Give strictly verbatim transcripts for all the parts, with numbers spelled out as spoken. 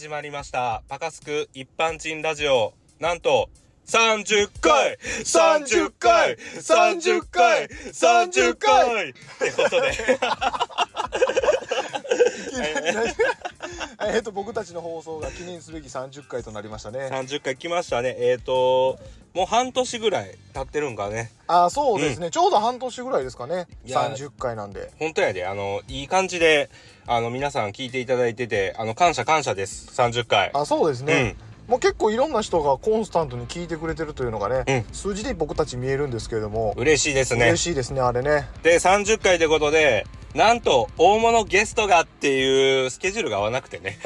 始まりましたパカスク一般人ラジオ。なんとさんじゅっかいさんじゅっかいさんじゅっかいさんじゅっかいってことでえっと僕たちの放送が記念すべきさんじゅっかいとなりましたね。 さんじゅっかい来ましたね。えっともう半年ぐらい経ってるんかね。 あ、そうですね、うん、ちょうど半年ぐらいですかね。さんじゅっかいなんで本当やで、あのいい感じであの皆さん聞いていただいてて、あの感謝感謝です。さんじゅっかい。 あ、そうですね、うん、もう結構いろんな人がコンスタントに聞いてくれてるというのがね、うん、数字で僕たち見えるんですけれども、 嬉しいですね。 嬉しいですね、あれね。 でさんじゅっかいということで、なんと大物ゲストがっていうスケジュールが合わなくてね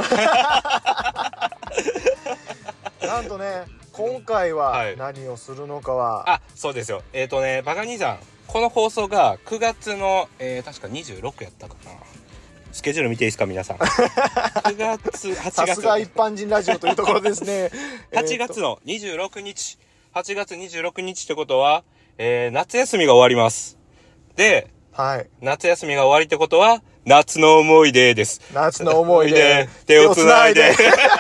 なんとね、今回は何をするのかは、 はい、あ、そうですよ。えっとね、バカ兄さん、この放送がくがつの、えー、確かにじゅうろくやったかな。スケジュール見ていいですか皆さん。くがつ、はちがつ、 さすが一般人ラジオというところですね。 はちがつのにじゅうろくにち、はちがつにじゅうろくにちってことは、えー、夏休みが終わります。で、はい、夏休みが終わりってことは夏の思い出です。 夏の思い出、 手をつないで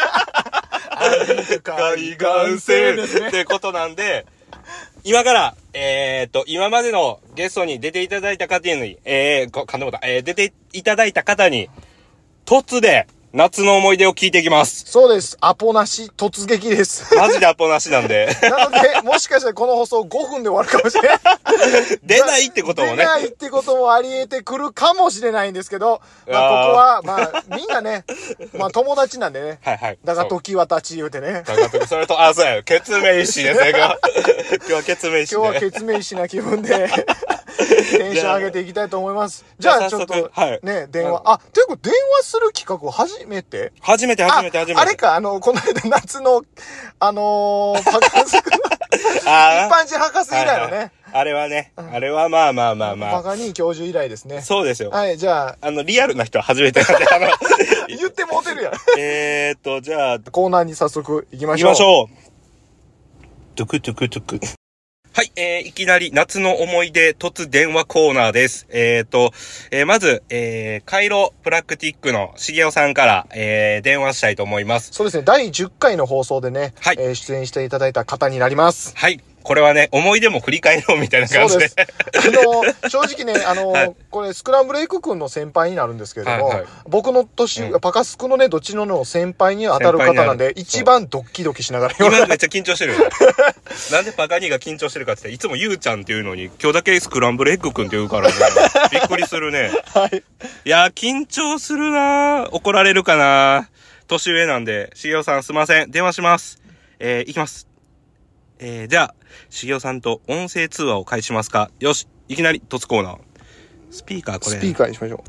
海岸線ですねってことなんで、今からえー、っと今までのゲストに出ていただいた方に、えー、かんでもた、えー、出ていただいた方に突で夏の思い出を聞いていきます。 そうです。アポなし突撃です。 マジでアポなしなんで。 なので、もしかしたらこの放送ごふんで終わるかもしれない。 出ないってこともね。 出ないってこともあり得てくるかもしれないんですけど、まあここは、まあみんなね、まあ友達なんでね。はいはい。だが時は立ち言うてね。 だが時、それと、あ、そうや、ケツメイシですね。今日はケツメイシ、ね。 今日はケツメイシな気分で。テンション上げていきたいと思います。じゃあちょっとね、はい、電話、あ、ていうか電話する企画初めて初めて初めて初めて。 あれか、あの、この間夏の、あのー、パカスクの一般人博士以来のね。はいはい、 あれはね、あれはまあまあまあまあ。 バカに教授以来ですね。 そうですよ。 はい、じゃあ。 あの、リアルな人は初めてなんで、あの、 言ってもうてるやん。 えーっと、じゃあ。 コーナーに早速行きましょう。 行きましょう。トゥクトゥクトゥク。はい、えー、いきなり夏の思い出突電話コーナーです。えーと、えー、まず、えー、カイロプラクティックのしげおさんから、えー、電話したいと思います。 そうですね、だいじゅっかいの放送でね、はい、えー、出演していただいた方になります。 はい。これはね、思い出も振り返ろうみたいな感じで。 そうです。あの、正直ね、あの、はい、これ、スクランブルエッグ君の先輩になるんですけれども、はいはい、僕の年、うん、パカスクのね、どっちのの先輩に当たる方なんで、一番ドッキドキしながら今めっちゃ緊張してるよ。なんでパカニが緊張してるかって言って、いつもゆうちゃんっていうのに、今日だけスクランブルエッグ君って言うからね、びっくりするね。はい。いや、緊張するな。怒られるかな。年上なんで、しげおさんすいません。電話します。えー、いきます。えー、じゃあ、しげおさんと音声通話を開始しますか。よし、いきなり突コーナー。スピーカーこれ。 スピーカーにしましょ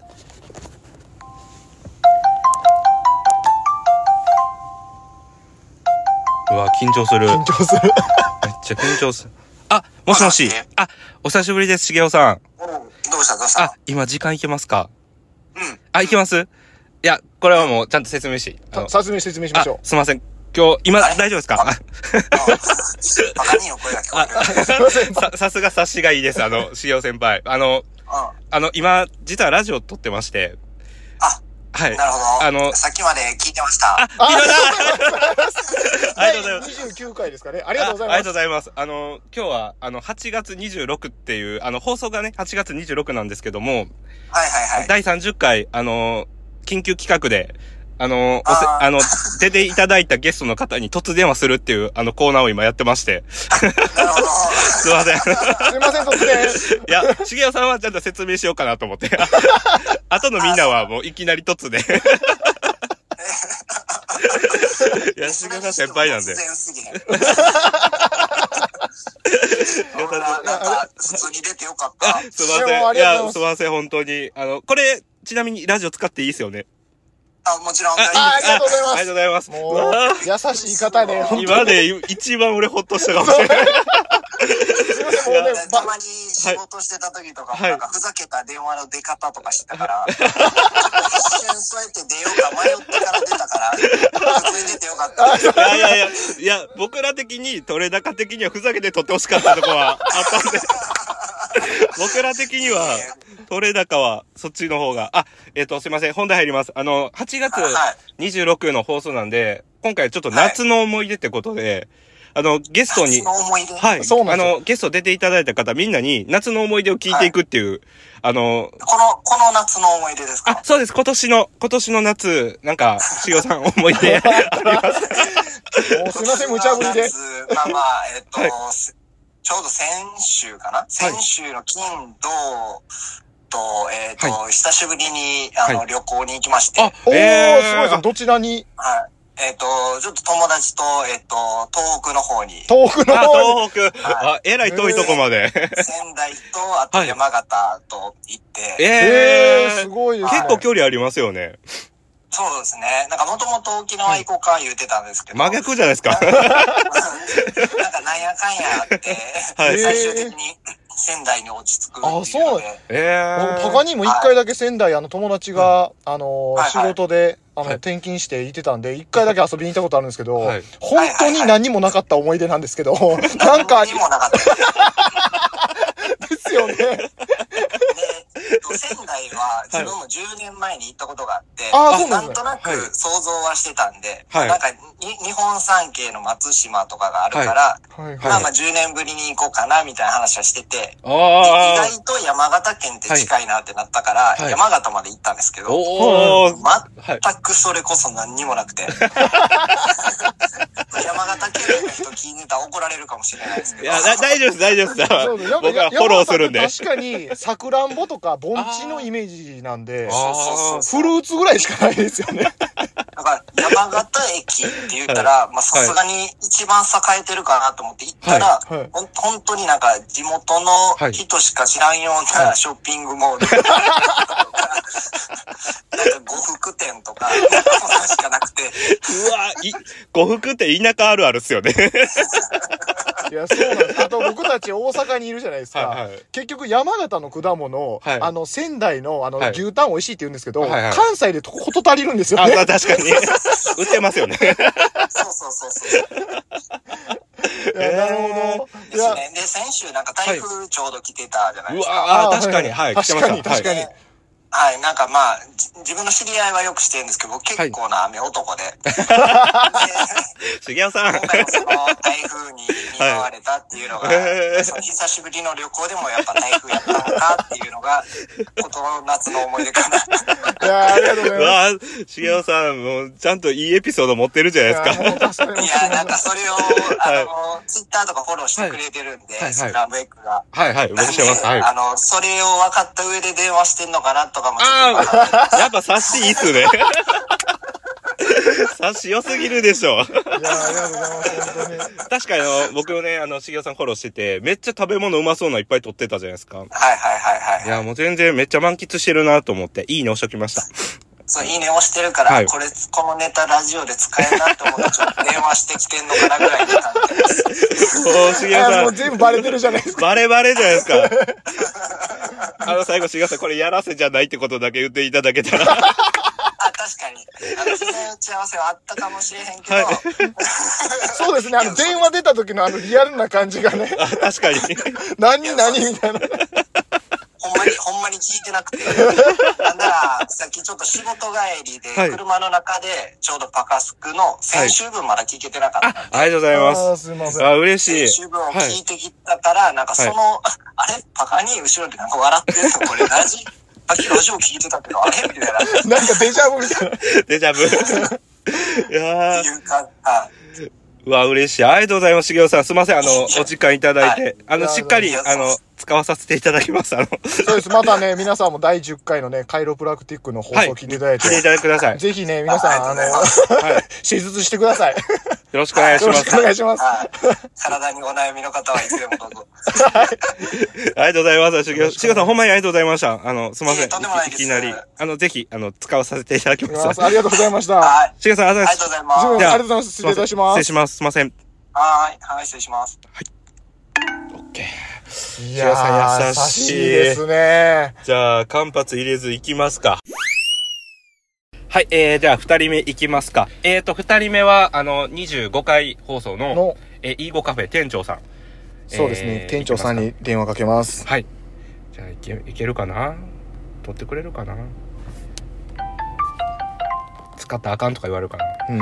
う。うわ、緊張する。 緊張する。 めっちゃ緊張する。あ、もしもし。あ、お久しぶりです、しげおさん。 うん、どうしたどうした。 あ、今時間いけますか。 うん。 あ、いけます。いや、これはもうちゃんと説明し。 説明説明しましょう。すいません。今日、今、大丈夫ですか。 バカにお声が聞こえる。 すいません。 さ、さすが察しがいいです。あの、しげお先輩。あの、あの、今、実はラジオ撮ってまして。 あ、はい。なるほど。あの、さっきまで聞いてました。 あ、ありがとうございます。 ありがとうございます。にじゅうきゅうかいですかね。ありがとうございます。 ありがとうございます。あの、今日は、あの、はちがつにじゅうろくっていう、あの、放送がね、はちがつにじゅうろくなんですけども、 はいはいはい。 だいさんじゅっかい、あの、緊急企画で、あの、おせ、あの、出ていただいたゲストの方に突電話するっていう、あの、コーナーを今やってまして。 なるほど。 すいません。 すいません、突然。 いや、しげおさんはちゃんと説明しようかなと思って。後のみんなはもういきなり突で。いや、しげおさん先輩なんで。 突然すぎへん。なんか、普通に出てよかった。 すいません。いや、すいません、本当に。あの、これ、ちなみにラジオ使っていいですよね。 あ、もちろん。 あ、ありがとうございます。 ありがとうございます。 もう、優しい方で、 今で一番俺ほっとしたかもしれない。 すいません、もうね、たまに仕事してた時とかも、なんかふざけた電話の出方とかしてたから、一瞬そうやって出ようか迷ってから出たから、普通に出てよかった。 いやいやいや、いや、僕ら的に、取れ高的にはふざけて取ってほしかったとこはあったんで。 僕ら的には、取れ高はそっちの方が、あ、えっ、ー、と、すいません、本題入ります。あの、はちがつにじゅうろくの放送なんで、今回ちょっと夏の思い出ってことで、はい、あの、ゲストに、 夏の思い出はい、そうなんですよ。あの、ゲスト出ていただいた方みんなに夏の思い出を聞いていくっていう、はい、あの、 この、この夏の思い出ですか？ あ、そうです。今年の、今年の夏、なんか、しごさん思い出ありますもうすいません、無茶ぶりで。 まあまあ、えっと、はい、ちょうど先週かな、はい、先週の金、土、と、えっ、ー、と、はい、久しぶりに、あの、はい、旅行に行きまして。 あ、おー、えー、すごいですね。どちらに？ はい。えっ、ー、と、ちょっと友達と、えっ、ー、と、東北の方に。 東北の方に。東北。はい、あ、えらい遠いとこまで。 仙台と、あと山形と行って。はい、 えー、すごいですね。 結構距離ありますよね。 そうですね。なんかもともと沖縄行こうか言うてたんですけど。 真逆じゃないですか。なんかなんやかんやあって、はい、最終的に仙台に落ち着くっていうので。あ、そうなんえー、パカにも一回だけ仙台、あの友達が、あの、はい、仕事で、あの、はい、転勤して行ってたんで、一回だけ遊びに行ったことあるんですけど、はい、本当に何もなかった思い出なんですけど、なんか、 何もなかった。 ですよね。 仙台は自分もじゅうねんまえに行ったことがあって、 はい、 なんとなく想像はしてたんで、はい、なんか日本三景の松島とかがあるから、はいはい、まあまあじゅうねんぶりに行こうかなみたいな話はしてて、意外と山形県って近いなってなったから、はい、山形まで行ったんですけど、はい、全くそれこそ何にもなくて、山形県の人聞いてたら怒られるかもしれないですけど。 いや、大丈夫です、大丈夫です。僕はフォローするんで。 確かに、さくらんぼとか盆地のイメージなんで、フルーツぐらいしかないですよね。 だから、山形駅って言ったら、まあさすがに一番栄えてるかなと思って行ったら、はいはい、ほん本当になんか地元の人しか知らんようなショッピングモールとか、なんか呉服店とか、そんなしかなくて。 うわい、呉服って田舎あるあるっすよね。 いや、そうなんです。あと僕たち大阪にいるじゃないですか。はいはい、結局山形の果物、はい、あの仙台のあの、はい、牛タン美味しいって言うんですけど、はいはい、関西でこと足りるんですよね。 あ、確かに。売ってますよね。 そうそうそうそう。 いや、なるほど。 ですね。で、先週なんか台風ちょうど来てたじゃないですか。 うわあ、確かに。はい。 確かに、確かに。 はい、なんかまあ、自分の知り合いはよくしてるんですけど、僕結構な雨男で。 しげおさん。 今回もその台風に見舞われたっていうのが、はい、その久しぶりの旅行でもやっぱ台風やったのかっていうのが、この夏の思い出かな。 いやありがとうございます。 しげおさん、もうちゃんといいエピソード持ってるじゃないですか。 いや、なんかそれを、あの、ツイッターとかフォローしてくれてるんで、はい、スクランブルエッグが。 はいはい、僕してます。はい。 あの、それを分かった上で電話してんのかなとかもちょっと。やっぱ察しいいっすね。察し良すぎるでしょ。いや、ありがとうございます、本当に。確かにあの、僕ね、あの、しげおさんフォローしてて、めっちゃ食べ物うまそうないっぱい撮ってたじゃないですか。はいはいはいはい。 いや、もう全然めっちゃ満喫してるなと思って、いいね押しときました。 そう、いいね押してるから、はい、これ、このネタラジオで使えるなって思ってちょっと電話してきてんのかなぐらいの感じです。 おー、しげおさん。 もう全部バレてるじゃないですか。 バレバレじゃないですか。あの、最後、しげおさん、これやらせじゃないってことだけ言っていただけたら。 あ、確かに。あの、日の打ち合わせはあったかもしれへんけど。はい、 そうですね、あの、電話出た時のあの、リアルな感じがね。 あ、確かに。 何何みたいな。 ほんまに、ほんまに聞いてなくて。なんなら、さっきちょっと仕事帰りで、車の中で、ちょうどパカスクの先週分まだ聞けてなかったんで、はい、 あ。ありがとうございます。 あ、すいません。 あ、嬉しい。 先週分を聞いてきたから、はい、なんかその、はい、あれパカに後ろでなんか笑ってるのこれラジ、さっきラジオ聞いてたけど、あれみたいな。 なんかデジャブみたいな。 デジャブ。いやー。 っていうか、あうわ、嬉しい。ありがとうございます。しげおさん、すいません。あの、お時間いただいて。はい、あの、しっかり、あの、使わさせていただきます。あの。 そうです。またね、皆さんもだいじゅっかいのね、カイロプラクティックの放送を聞いていただいて。 聞いていただいてください。 ぜひね、皆さん、あの、はい、手術してください。 よろしくお願いします。 よろしくお願いします。 体にお悩みの方はいつでもどうぞ。 はい。ありがとうございます。しげおさん、ほんまにありがとうございました。あの、すみません。いきなり。あの、ぜひ、あの、使わさせていただきます。 ありがとうございました。 はい。 しげさん、ありがとうございます。ありがとうございます。失礼いたします。 失礼します。すみません。 はい、はい、失礼します。 はい。オッケー。 いやー、優しいですね。 じゃあ、間髪入れず行きますか。はい、えー、じゃあ、二人目行きますか。えーと、二人目は、あの、にじゅうごかい放送の、のえー、イーゴカフェ店長さん。 そうですね、えー、店長さんに電話かけます。 はい。 じゃあいけいけるかな、取ってくれるかな、使ったらあかんとか言われるかな。 うん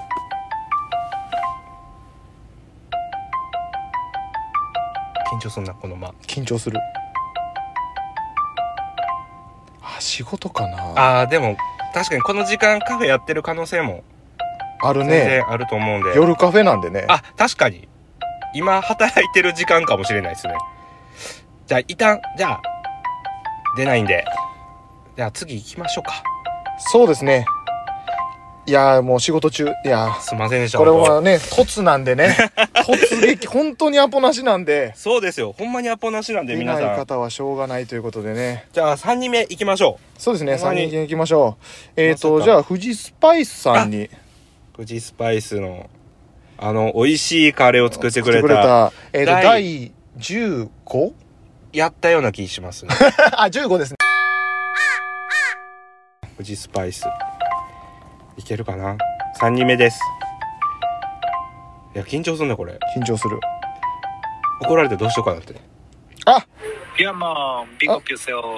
緊張すんなこの間。 緊張する。あ、仕事かな。 あーでも確かにこの時間カフェやってる可能性もある全ね。 然あると思うんで、 夜カフェなんでね。 あ、確かに今働いてる時間かもしれないですね。じゃあ一旦じゃあ出ないんで、じゃあ次行きましょうか。 そうですね。いやーもう仕事中、いやーすいませんでした。 これはね、突なんでね。突撃、本当にアポなしなんで。 そうですよ、ほんまにアポなしなんで出皆さん。 ない方はしょうがないということでね。 じゃあさんにんめ行きましょそうですね、3 ほんまに人行きましょう。えっ、ー、と、 まさかじゃあ、富士スパイスさんにう。富士スパイスのあの美味しいカレーを作ってくれた、 作ってくれたえっ、ー、と、 第第 じゅうご? やったような気しますね。 あ、じゅうごですね。 富士スパイスいけるかな。さんにんめです。いや緊張すんねこれ。 緊張する。 怒られてどうしようかなって。 あ、 いやまあビッグアップよせよ。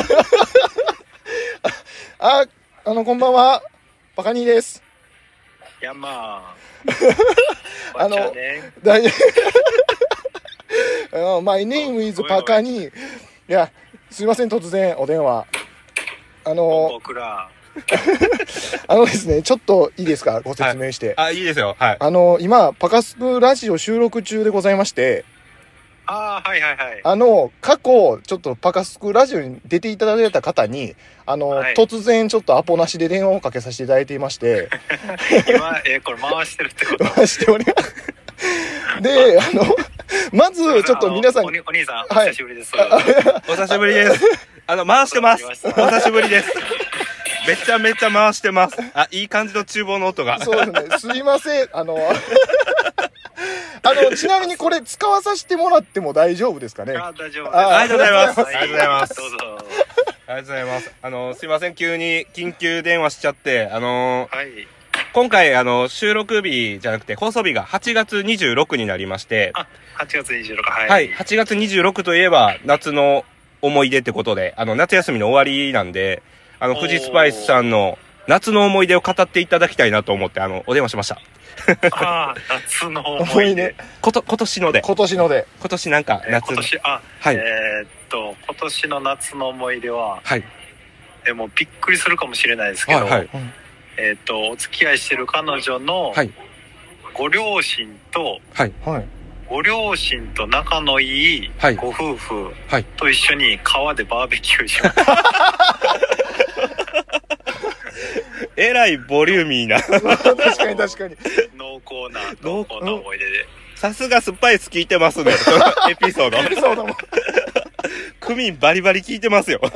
あ、あの、こんばんは。バカニーです。 いやまああのわっちゃね大丈夫。My name is バカニー。いや、すいません、突然お電話。あの、 僕らあのですね、ちょっといいですか、ご説明して。 あ、いいですよ。はい。 あの、今、パカスプラジオ収録中でございまして、 ああはいはいはいあの、過去、ちょっとパカスクラジオに出ていただいた方に、あの、 はい突然ちょっとアポなしで電話をかけさせていただいていまして、 今えー、これ回してるってこと回しております。で、あの、まず、ちょっと皆さんに、 おにお兄さん、 はいお久しぶりです。 お久しぶりです。あの回してます。お久しぶりです。めちゃめちゃ回してます。あ、いい感じの厨房の音が。 そうですね、すいません、あの、あの、ちなみにこれ使わさせてもらっても大丈夫ですかね。 あ大丈夫です。 あありがとうございます。 はありがとうございます。 どうぞ。 ありがとうございます。あの、すいません、急に緊急電話しちゃって、あのーはい。 今回、あの、収録日じゃなくて、放送日がはちがつにじゅうろくになりまして、 あ、はちがつにじゅうろく、はい。 はい、はちがつにじゅうろくといえば、夏の思い出ってことで、あの、夏休みの終わりなんで、あの、富士スパイスさんの夏の思い出を語っていただきたいなと思って、あの、お電話しました。 ああ、夏の思思い出い出。。 こと、今年ので。 今年ので。 今年なんか、 えー夏の。 今年、あ、 はいえーっと、今年の夏の思い出は、 はい。 でもびっくりするかもしれないですけど、 はい、はい。 えーっと、お付き合いしてる彼女のはい。 ご両親と、 はい。 はい。 ご両親と仲のいいはいご夫婦はいと一緒に川でバーベキューしました。 えらいボリューミーな。 確かに確かに。 濃厚な、濃厚な思い出で。 さすがスパイス聞いてますね。そのエピソード。 そうだもん。 クミンバリバリ聞いてますよ。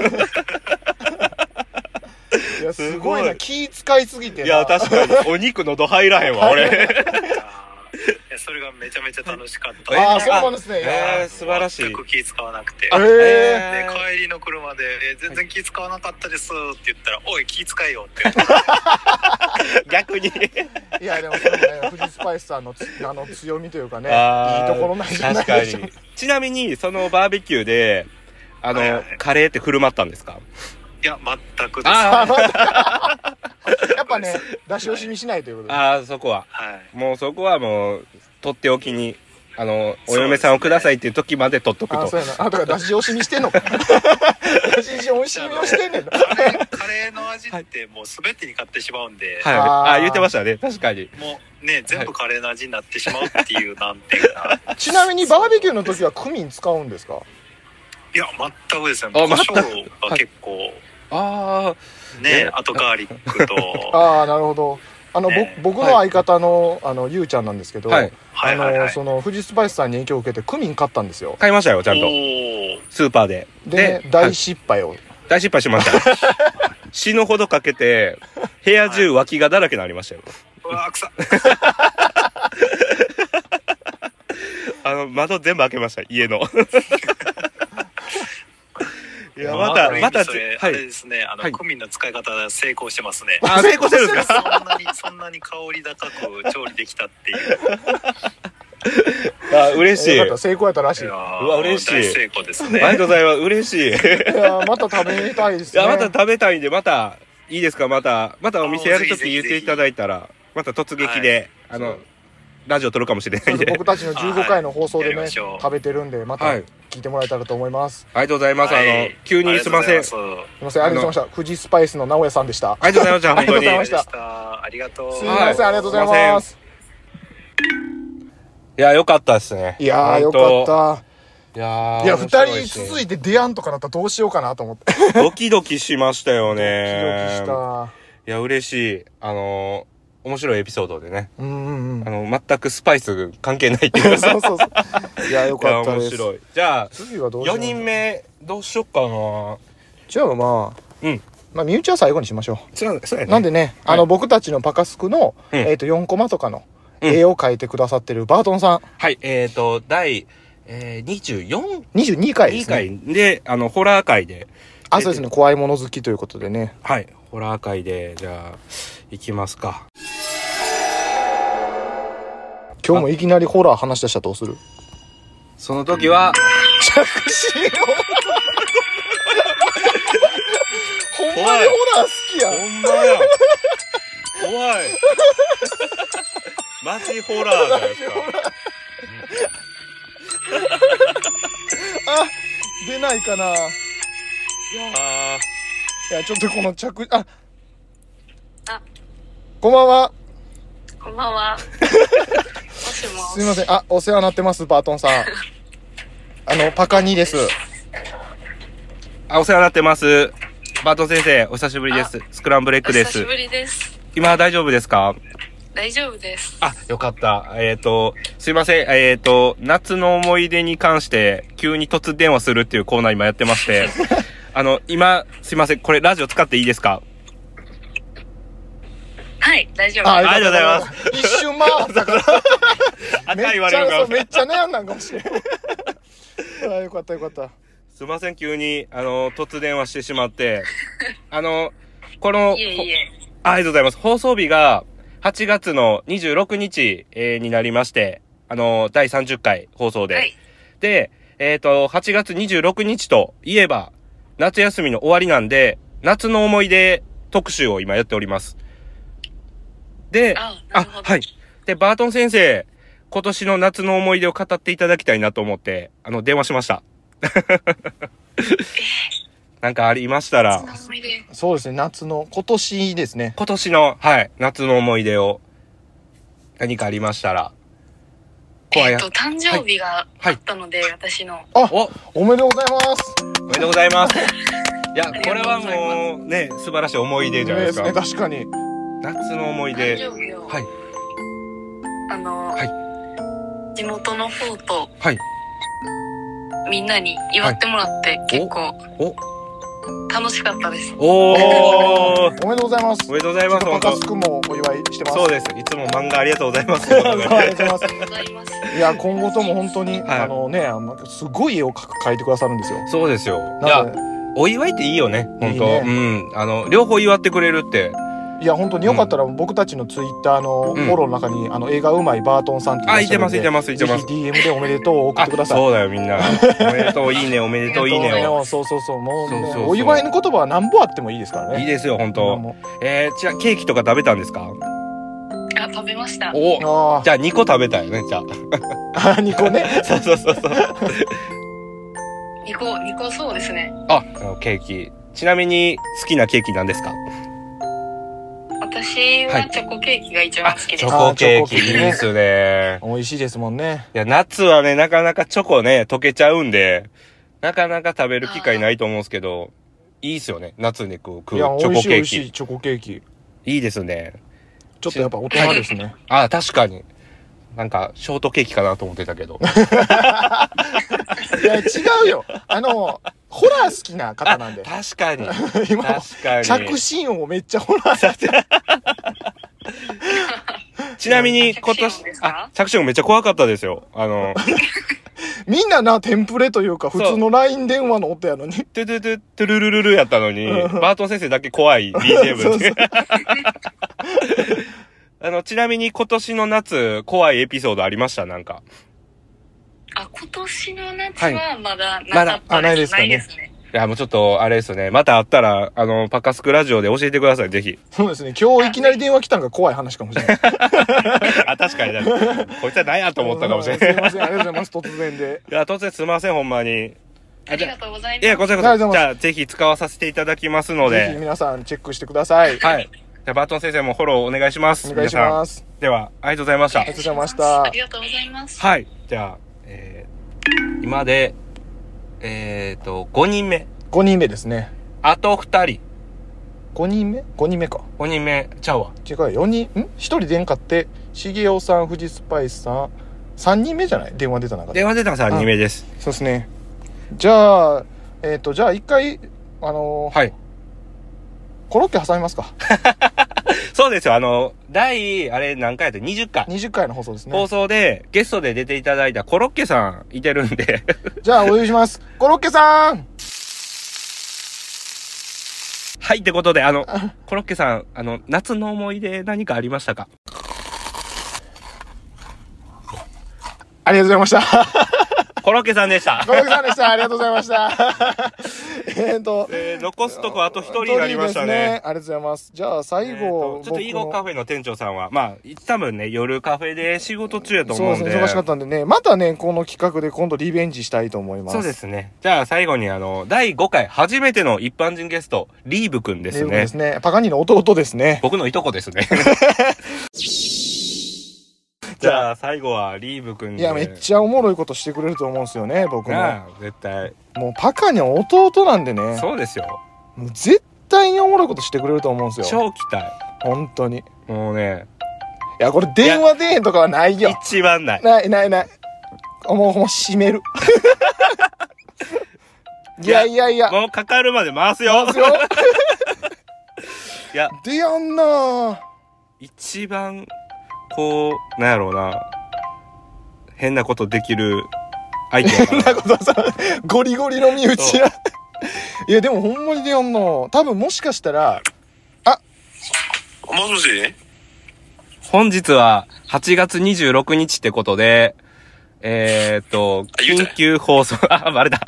いや、すごいな。気使いすぎてな。 いや、確かに。お肉のど入らへんわ、俺。 いやそれがめちゃめちゃ楽しかった。 ああ、そうなんですね。いやえー、素晴らしい。 全く気使わなくて。 あで、 へ帰りの車で、えー全然気使わなかったですって言ったら、おい、気使えよって。 逆に。 いや、でもそれもね、富士スパイスさんのつあの強みというかね、いいあーところなんじゃない確かでしょうか。 に。ちなみに、そのバーベキューで、あの、 はいはいカレーって振る舞ったんですか？ いや、全くです。 あやっぱね、出し惜しみしないということで。 あー、そこは。 はい。 もうそこはもう、とっておきに、あの、お嫁さんをくださいっていう時まで取っとくと。 あ、そうやな。あとから出し惜しみしてんのか。出し惜しみをしてんねんな。 カレー、カレーの味ってもう全てに買ってしまうんで、 はい。 あーあ、言ってましたね。確かに。 もうね、全部カレーの味になってしまうっていう難点が。 ちなみにバーベキューの時はクミン使うんですか？ いや、全くですね。 あ胡椒全くが結構、 あね、あとガーリックと、 ああ、なるほど。あの、 ねぼ僕の相方の、あの、ゆうちゃんなんですけど、 はいあの、 はいはいはい。 その、富士スパイスさんに影響を受けてクミン買ったんですよあ。。買いましたよ、ちゃんと。 おースーパーで。 で、 は大い失敗を。 大失敗しました。死ぬほどかけて、部屋中脇がだらけになりましたよ。 うわー、臭っ。 あの、窓全部開けました、家の。いや、まあた、 る意味また、 それあれはい。 ですね、あの、 はいクミンの使い方が成功してますね。 あ、成功してるんですか？ そんなに、そんなに香り高く調理できたっていう。 あ、嬉しい。 よかった、成功やったらしい。 いやーうわ嬉しい大成功ですね。 ありがとうございます。嬉しい。いいやまた食べたいですね。 や、また食べたいんで、また、いいですかまた、またお店やるとき言っていただいたら、また突撃で、あの、ラジオ撮るかもしれないんで。 僕たちのじゅうごかいの放送でやりね、 ましょう食べてるんで、またはい聞いてもらえたらと思います。 ありがとうございます。あのはい、 急にすいません。 ありがとうございますすいません、ありがとうございました。富士スパイスの直哉さんでした。 ありがとうございました。本当に。 ありがとうございましたありがとう。 すいません、 はいありがとうございます。 いや、よかったですね。 いやー、よ本当かった。 いやーいや、 面白二ですね人続いて出やんとかなったらどうしようかなと思って。 ドキドキしましたよドキドね。 キした。 いや、嬉しい。あのー、面白いエピソードでね。 うんうんうん。 あの、全くスパイス関係ないっていうかさ。 そうそうそう。いや、よいや、 かったです。 面白い。じゃあ、 次はどうしよう。 よにんめ、どうしよっかな。 じゃあまあ、 うん。 まあ、身内は最後にしましょそうそうやう。 ね。 なんでね、あの、 はい僕たちのパカスクの、 うんえっと、よんコマとかのうん絵を描いてくださってるバートンさん、 はい、えっ、ー、と、第、えー、にじゅうよんにじゅうにかいですね。 回で、あの、ホラー界で、 あ、そうですね、怖いもの好きということでね。 はい、ホラー界で、じゃあ、行きますか。 今日もいきなりホラー話し出したらどうする？ その時は、 着信をほんまにホラー好きやん。 ほんまや。怖い。マジホラーじゃないですか。 あ、出ないかな。いいやや、ちょっとこの着、あ、 あ、 こんばんは。 こんばんは。もしもすいません。あ、お世話になってます、バートンさん。あの、パカニです。 ーあ、お世話になってます。バートン先生、お久しぶりです。スクランブルエッグですお久し。ぶりです。 今大丈夫ですか？ 大丈夫です。 あ、よかった。えっ、と、すいません。えっ、と、夏の思い出に関して、急に突電話するっていうコーナー今やってまして、あの、今、すいません。これラジオ使っていいですか？ はい、大丈夫あ、 です。 ありがとうございます。 一瞬回ったから。め赤いっちゃ、 割れるかそうめっちゃ悩んだんかもしれん。あ、よかったよかった。 すいません。急に、あの、突電話してしまって、あの、この、 いえいえ。 ありがとうございます。放送日がはちがつのにじゅうろくにち、えーになりまして、あの、だいさんじゅっかい放送で。 はい。 で、えっ、と、はちがつにじゅうろくにちといえば、夏休みの終わりなんで、夏の思い出特集を今やっております。で、 あ、なるほど。 はい。で、バートン先生、今年の夏の思い出を語っていただきたいなと思って、あの、電話しました。なんかありましたら、 夏の思い出。 そうですね、夏の、今年ですね。 今年の、はい、夏の思い出を、何かありましたら、怖いえっと、誕生日があったので、私の。 あ、 お、 おめでとうございます。 おめでとうございます。いや、 ありがこれはとうございますもう、ね、素晴らしい思い出じゃないですか。 ね、確かに。 夏の思い誕出。 生日を、 はい、 あの、 は地元の方とはい。 みんなに祝ってもらって、結構お、 楽しかったです。 おーおめでとうございます。 おめでとうございます、 パ本当カスクもお祝いしてます。 そうです。いつも漫画ありがとうございます。 ありがとうございます。 ありがとうございます。 いや、今後とも本当に、 はいあのね、あのすごい絵を描く描いてくださるんですよ。 そうですよ。いやなので、 お祝いっていいよね、本当いいねうん。あの、両方祝ってくれるって。 いや、本当によかったら、僕たちのツイッターのフうんォローの中に、あの、映画うまいバートンさんってあ、 いらっしゃるんでいてます、いてます、いてますぜ。ひ ディーエム でおめでとうを送っあてくだ、さい。 そうだよ、みんな。おめでとう、いいね、おめでとう、いいねを。 そうそうそう、もうね、 そうそうそうお祝いの言葉は何ぼあってもいいですからね。 いいですよ、本当今もえー、じゃあ、ケーキとか食べたんですか？ あ、食べました。 おあじゃあ、にこ食べたよね、じゃあ、にこね。 あ。そうそうそうそう。 にこ、にこそうですね。 あ、あのケーキ。ちなみに、好きなケーキなんですか？ 私はチョコケーキが一番好きです。 チョコケーキ、 あチョコケーキねいいですね。 美味しいですもんね。 いや、夏はね、なかなかチョコね、溶けちゃうんで、なかなか食べる機会ないと思うんですけど、いいっすよね。夏にこう食ういや、 チョ美味しい美コケーキ。 味しいチョコケーキ。 いいですね。 ちょっとやっぱ大人ですね。 あ、確かに。なんか、ショートケーキかなと思ってたけど。 いや、違うよ。あの、ホラー好きな方なんで。 確かに。 今、 確かに。 着信音をめっちゃホラー。 ちなみに今着信音年です、かあ、着信音めっちゃ怖かったですよ。あの、 みんなな、テンプレというか、普通の ライン 電話の音やのに。 トゥトゥトゥトゥルルルルやったのに、 うんバートン先生だけ怖い ビージーエムそうそうで。あの、ちなみに今年の夏、怖いエピソードありましたなんか。 あ、今年の夏はまだなまだかったです。 あないですかねないですね。 いや、もうちょっと、あれですよね。また会ったら、あの、パカスクラジオで教えてください、ぜひ。 そうですね。今日いきなり電話来たんが怖い話かもしれない。 あ、確かにね。こいつは何やと思ったかもしれすいない。 ません、ありがとうございます。突然で。 いや、突然すみません、ほんまに。 ありがとうございます。 いや、こちらこそ。 ありがとうございじゃあ、ぜひ使わさせていただきますのぜひで。 皆さんチェックしてください。 はい。じゃあ、バートン先生もフォローお願いします。 お願いします。 皆さん。では、ありがとうございました。 ありがとうございましたありがとうございます。 はい。じゃあ、えー、今で、えーと、ごにんめ。 ごにんめですね。 あとふたり。 ごにんめ ?ご 人目か。 ごにんめちゃうわ。 違うよ。よにん、ん ?ひとり出んかって、しげおさん、富士スパイスさん、さんにんめじゃない電話出た中で。 電話出たのさんにんめです。 そうですね。じゃあ、えっ、ー、と、じゃあ一回、あのー、 はい。 コロッケ挟みますか。 そうですよ。あの、第、あれ何回やってにじゅっかい。 にじゅっかいの放送ですね。 放送で、ゲストで出ていただいたコロッケさんいてるんで。 じゃあお呼びします。コロッケさんはい、ってことで、あの、コロッケさん、あの、夏の思い出何かありましたか？ ありがとうございました。 コロッケさんでした。 コロッケさんでした。ありがとうございました。えっと、 えー、残すとこあと一人になりましたね。 ね。ありがとうございます。じゃあ最後、 えーとちょっとイーゴカフェの店長さんは、まあ、多分ね、夜カフェで仕事中やと思うんで。 そうですね、忙しかったんでね、またね、この企画で今度リベンジしたいと思います。 そうですね。じゃあ最後にあの、だいごかい初めての一般人ゲスト、リーブくんですリーブね。 ですね。パガニーの弟ですね。 僕のいとこですね。じゃあ最後はリーブくんで。 いや、めっちゃおもろいことしてくれると思うんですよね、僕も。 なあ、絶対。 もうパカニの弟なんでね。 そうですよ。 もう絶対におもろいことしてくれると思うんですよ。 超期待。 本当に。 もうね。 いや、これ電話出へんとかはないよ。 一番ない。 ないないない。もう、もう閉める。いやいやいや。 もうかかるまで回すよ。 回すよ。 いや。 でやんなぁ。 一番、こう、なんやろうな。変なことできる相手やから。 変なことさ、ゴリゴリの身内や。いや、でもほんまにでやんなぁ。多分もしかしたら、あ、 もしもし本日ははちがつにじゅうろくにちってことで、えーっと、緊急放送、あ、バレた。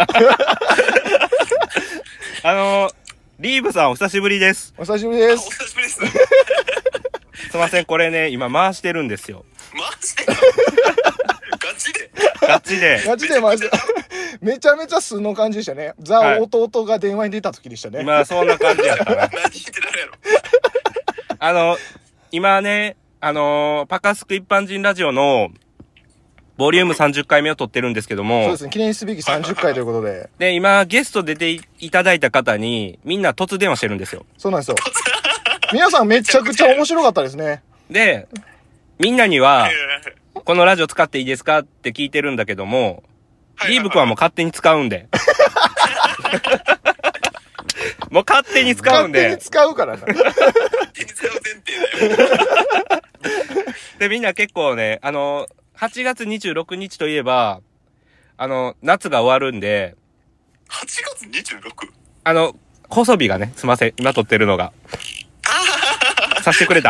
あの、リーブさんお久しぶりです。 お久しぶりでおす。 久しぶりです。 すいません、これね、今回してるんですよ。 マジでガチでガチで。 ガチでマジで。めちゃめちゃ素の感じでしたね。ザ・はい弟が電話に出た時でしたね。 今、そんな感じやったな。 何言ってたらやろ。 あの、今ね、あのー、パカスク一般人ラジオの、ボリュームさんじゅっかいめを撮ってるんですけども。 そうですね。記念すべきさんじゅっかいということで。 で、今、ゲスト出ていただいた方に、みんな突電話してるんですよ。 そうなんですよ。皆さんめちゃくちゃ面白かったですね。 で、みんなには、このラジオ使っていいですかって聞いてるんだけども、リーブ君はもう勝手に使うんで。もう勝手に使うんで。 勝手に使うからな。 手に使う前提だよ。 で、みんな結構ね、あの、はちがつにじゅうろくにちといえば、あの、夏が終わるんで、 はちがつにじゅうろく? あの、放送日がね、すいません、今撮ってるのが。さしてくれた。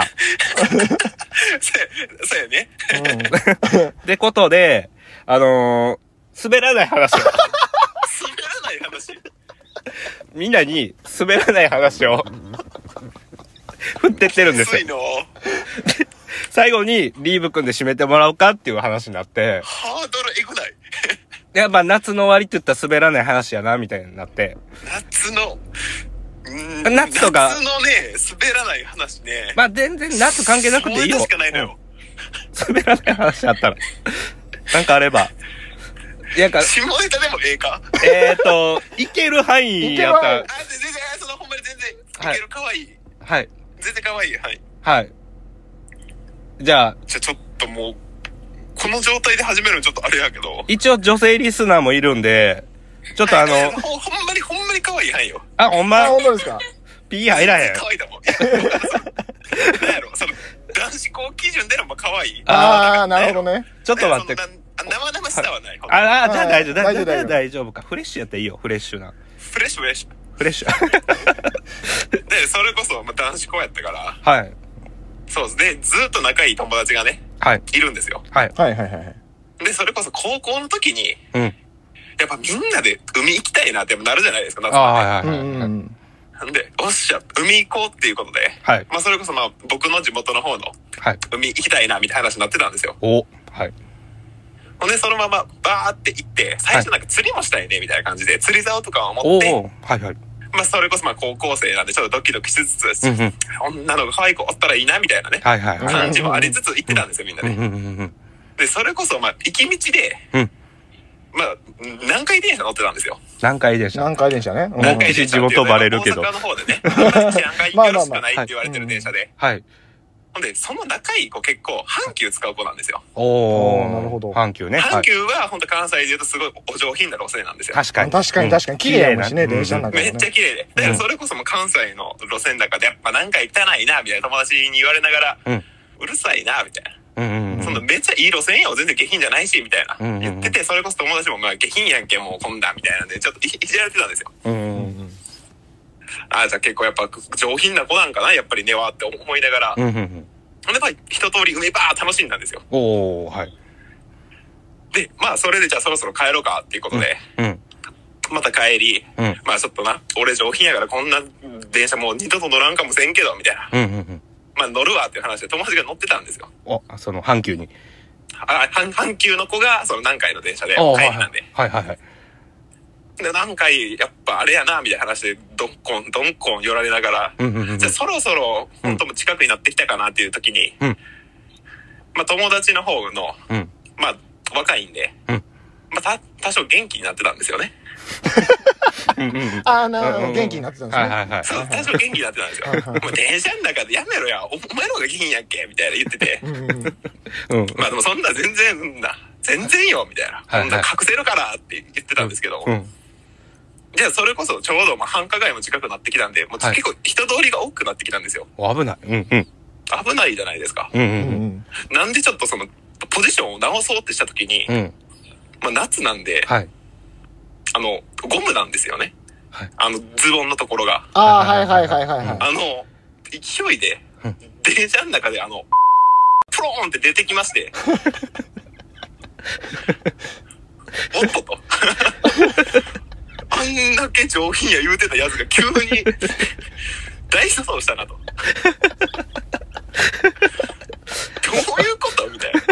そうやね。 うん。 で、ことで、あのー、滑らない話を。 滑らない話みんなに滑らない話を振ってってるんですよ。 ついの最後にリーブ君で締めてもらおうかっていう話になって。 ハードルエグないやっぱ夏の終わりって言ったら滑らない話やな、みたいになって。 夏の、 夏とか。 夏のね、滑らない話ね。 まあ全然夏関係なくていいよ。 そういうのしかないのよ。 滑らない話あったら。なんかあれば。いやか、 下ネタでもええかえーと、いける範囲やったら。 あ、全然、そのほんまに全然、いける、かわいい。 はい。 全然かわいい、はい。 はい。じゃあ。 じゃあちょっともう、この状態で始めるのちょっとあれやけど。 一応女性リスナーもいるんで、ちょっとあの、 ほ, ほんまにほんまに可愛い範囲よ。 あ、ほんまあ、本当ですか？ ピー入らへん。 可愛いだもん。なんやろ、その、男子校基準での可愛い。 ああ、なるほどね。 ちょっと待って。 生々しさはない。 ああ、じゃあ大丈夫。 大丈夫。 大丈夫か。フレッシュやったらいいよ、フレッシュな。 フレッシュフレッシュ。 フレッシュ。 で、それこそ、まあ、男子校やったから。 はい。 そうですね。ずっと仲いい友達がね。 はい。 いるんですよ。 はい。 はいはいはい。 で、それこそ高校の時に、 うん。 やっぱみんなで海行きたいなってなるじゃないですか、夏ああ、 はね。 はいはいはい。 うんうんなんで、おっしゃ、海行こうっていうことで、 はい。 まあそれこそまあ僕の地元の方のはい。 海行きたいなみたいな話になってたんですよ。 お、はい。 ほんで、そのままバーって行って、最初なんか釣りもしたいねみたいな感じで、釣り竿とかを持って、 おお、はいはい。 まあそれこそまあ高校生なんでちょっとドキドキしつつ、 うんうん。 女の子可愛い子おったらいいなみたいなね、 はいはいはい。 感じもありつつ行ってたんですよ、みんなで。 うんうんうんうん。 で、それこそまあ行き道で、 うんまあ、南海電車乗ってたんですよ。 何回でした？ 南海電車ね。うん南海電車っていう地元バレるけど大阪の方でね、あんまり治安がよろしくないって言われてる電車で。 はい。 ほんで、その仲いい子結構、阪急使う子なんですよ。 おー、 おーなるほど阪急ね。はい。 阪急は本当関西で言うとすごいお上品な路線なんですよ。 確かに。 確かに確かに綺麗やもんしね、 うん電車の中めでね。 っちゃ綺麗で。だからそれこそもう関西の路線の中でやっぱなんか汚いな、みたいな友達に言われながら、 うんうるさいな、みたいな。 うんうんうん。 そのめっちゃいい路線よ、全然下品じゃないし、みたいな。 うんうんうん言ってて、それこそ友達もまあ下品やんけ、もうこんなん、みたいなんで、ちょっといいじられてたんですよ。 うんうんうん。 ああ、じゃあ結構やっぱ上品な子なんかな、やっぱり根はって思いながら。 うんうんうん。 ほんで、まあ一通り海バー楽しんだんですよ。 おー、はい。 で、まあそれでじゃあそろそろ帰ろうかっていうことで、 うん。 また帰り、 うんまあちょっとな、俺上品やからこんな電車もう二度と乗らんかもせんけど、みたいな。 うんうんうん。 まあ乗るわっていう話で友達が乗ってたんですよ。 お、その阪急に。 あ、阪阪急の子がその南海の電車でおー、はい帰りなんで。 はいはいはい。 で、南海やっぱあれやな、みたいな話でどんこんどんこん寄られながら、 うんうんうん。 じゃあそろそろ本当も近くになってきたかなっていう時に、 うんまあ友達の方の、 うん。 まあ若いんで、 うんまあた多少元気になってたんですよね。 うんうんうん。 あーうんうんうんな元気になってたんですね。 はいはいはい。 そう、多少元気になってたんですよ。もう電車の中でやめろや、お前の方が下品やんけ、みたいな言ってて。 うんうんうんうん。 まあでもそんな全然な、全然よ、みたいな。 はいはいそんな隠せるからって言ってたんですけど、 うん。 じゃあそれこそちょうどまあ繁華街も近くなってきたんで、もうはい結構人通りが多くなってきたんですよ。 お危ない。うんうん。 危ないじゃないですか。 うんううんんうんなんでちょっとその、ポジションを直そうってした時に、 うん。うん。 まあ夏なんで、 はい。 あの、ゴムなんですよね。 はいあの、ズボンのところが。 ああ、はいはいはいはいはい。 あの、勢いでうん、 電車の中であの、プローンって出てきまして。おっとと。あんだけ上品や言うてたやつが急に大粗相したなと。どういうことみたいな。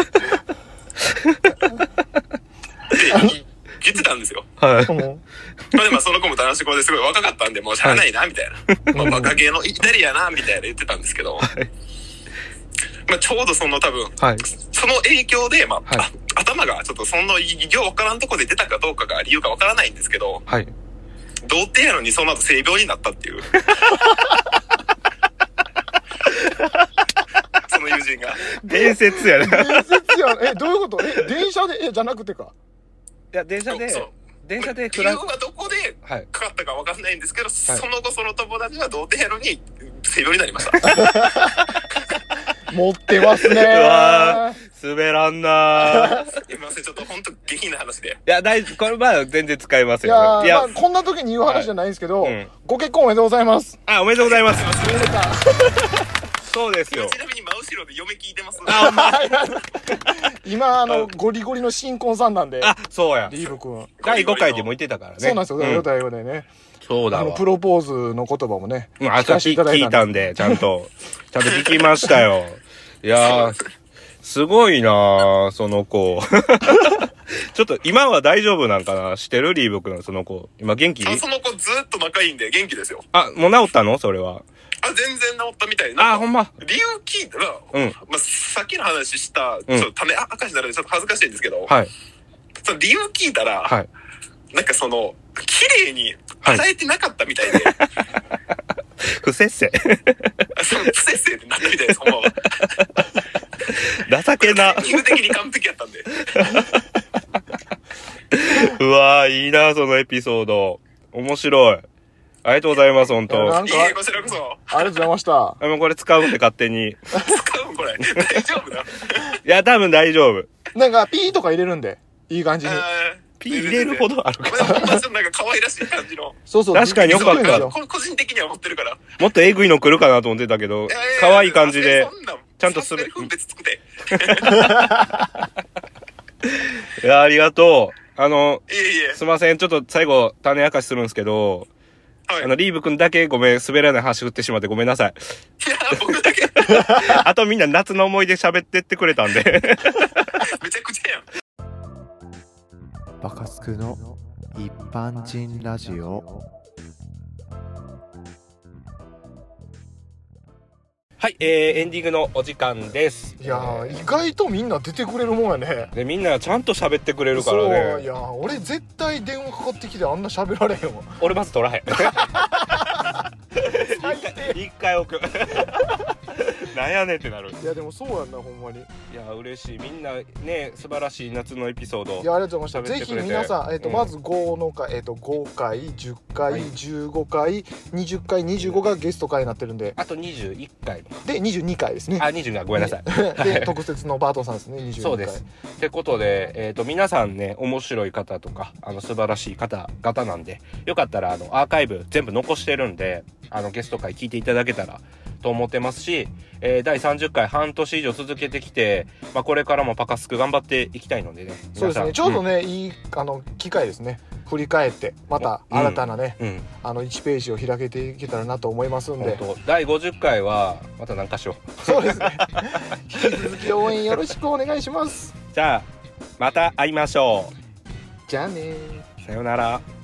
で、い言ってたんですよ。 はい。 うんまあでもその子も男子校ですごい若かったんで、もうしゃあないな、みたいな。まあ若気のイタリアな、みたいな言ってたんですけど。まあちょうどその多分、 はい。 その影響で、まあ、 はいあ頭がちょっとそのようわからんとこで出たかどうかが理由かわからないんですけど、 はい。 童貞やのにその後性病になったっていう。その友人が。 伝説やな。い伝説やん。え、どういうことえ、電車で、え、じゃなくてか。 や、電車でそう、 電車で理暮ら由はどこではい。 かかったかわかんないんですけど、その後その友達が童貞やのに性病になりました。 持ってますねうわー、滑らんなー。 すいません、ちょっと本当下品な話で。 いや、大丈夫。これ、まあ、全然使えますいやよ。 ー、 いやまあ、、こんな時に言う話じゃないんですけど、 はいうんご結婚おめでとうございます。 あ、おめでとうございます。 おめでた。 そうですよち。なみに真後ろで嫁聞いてます。 あ、まあ、 今、あの、ゴリゴリの新婚さんなんで、 あ、そうや。 リーブ君。 だいごかいでも言ってたからね。 そうなんですよ。だうよだよだね。あの、 そうだわプ。ロポーズの言葉もね、 うん、あ、 聞かせていただい聞いたんで。 たんで、ちゃんと、ちゃんと聞きましたよ。いやー、すごいなー、その子。ちょっと、今は大丈夫なんかな？してるリーブ君、その子。今元気？ あその子ずっと仲いいんで元気ですよ。 あ、もう治ったのそれは。 あ、全然治ったみたいあ、ほんま。 理由聞いたら、 うんまあ、さっきの話した、ちょっと種明かしになるんでちょっと恥ずかしいんですけど、 はい。 その理由聞いたら、 はい。 なんかその、綺麗に与えてなかったみたいで、 不摂生。 その不摂生になったみたいです、ほんまは。 情けな。 理由的に完璧やったんで。 うわー、いいな、そのエピソード。面白い。ありがとうございます、本当。 なんかいいえ、こちらこそ。 ありがとうございました。 あ、もうこれ使うんで勝手に。い使うんこれ。大丈夫だ。 や、多分大丈夫。 なんか、ピーとか入れるんで、いい感じに。 あーピー入れるほどあるか。 まあほんまちょっとなんか可愛らしい感じの。 そうそう。 確かによかったそうこれ個人的には思ってるから。 もっとエグいの来るかなと思ってたけど、可愛い感じで、ちゃんとするる。分別つくて。 いや、ありがとう。あの、 いえいえ。 すいません。ちょっと最後、種明かしするんですけど、はい、あの、リーブくんだけごめん、滑らない話振ってしまってごめんなさい。 いや、僕だけ。 あとみんな夏の思い出喋ってってくれたんで。 めちゃくちゃやん。 バカスクの一般人ラジオ。 はい、えー、エンディングのお時間です。 いやー、意外とみんな出てくれるもんやね。 で、みんなちゃんと喋ってくれるからね。 そう、いやー、俺絶対電話かかってきてあんな喋られへんわ。 俺まず取らへん。一回置く。なんやねんってなる。 いやでもそうやんな、ほんまに。いや嬉しい。みんなね、素晴らしい夏のエピソード。 いや、ありがとうございました。ぜひ皆さん、えっ、ー、と、うん、まずごの回、えっ、ー、とごかい、じゅっかい、はい、じゅうごかい、にじゅっかい、にじゅうごがゲスト回になってるんで。 あとにじゅういっかいでにじゅうにかいですね。 あ、にじゅうにかい、ごめんなさい。 で特設のバートンさんですね。にじゅうにかい。 そうです。ってことで、えっ、ー、と皆さんね、面白い方とか、あの素晴らしい方々なんで、よかったらあのアーカイブ全部残してるんで、あのゲスト回聞いていただけたらと思ってますし、えー、だいさんじゅっかい半年以上続けてきて、まあ、これからもパカスク頑張っていきたいのでね。 そうですね、ちょうどね、うん、いいあの機会ですね。振り返ってまた新たなね、うんうん、あのいちページを開けていけたらなと思いますんで、 だいごじゅっかいはまた何かしよう。そうですね。引き続き応援よろしくお願いします。 じゃあまた会いましょう。 じゃあね、 さようなら。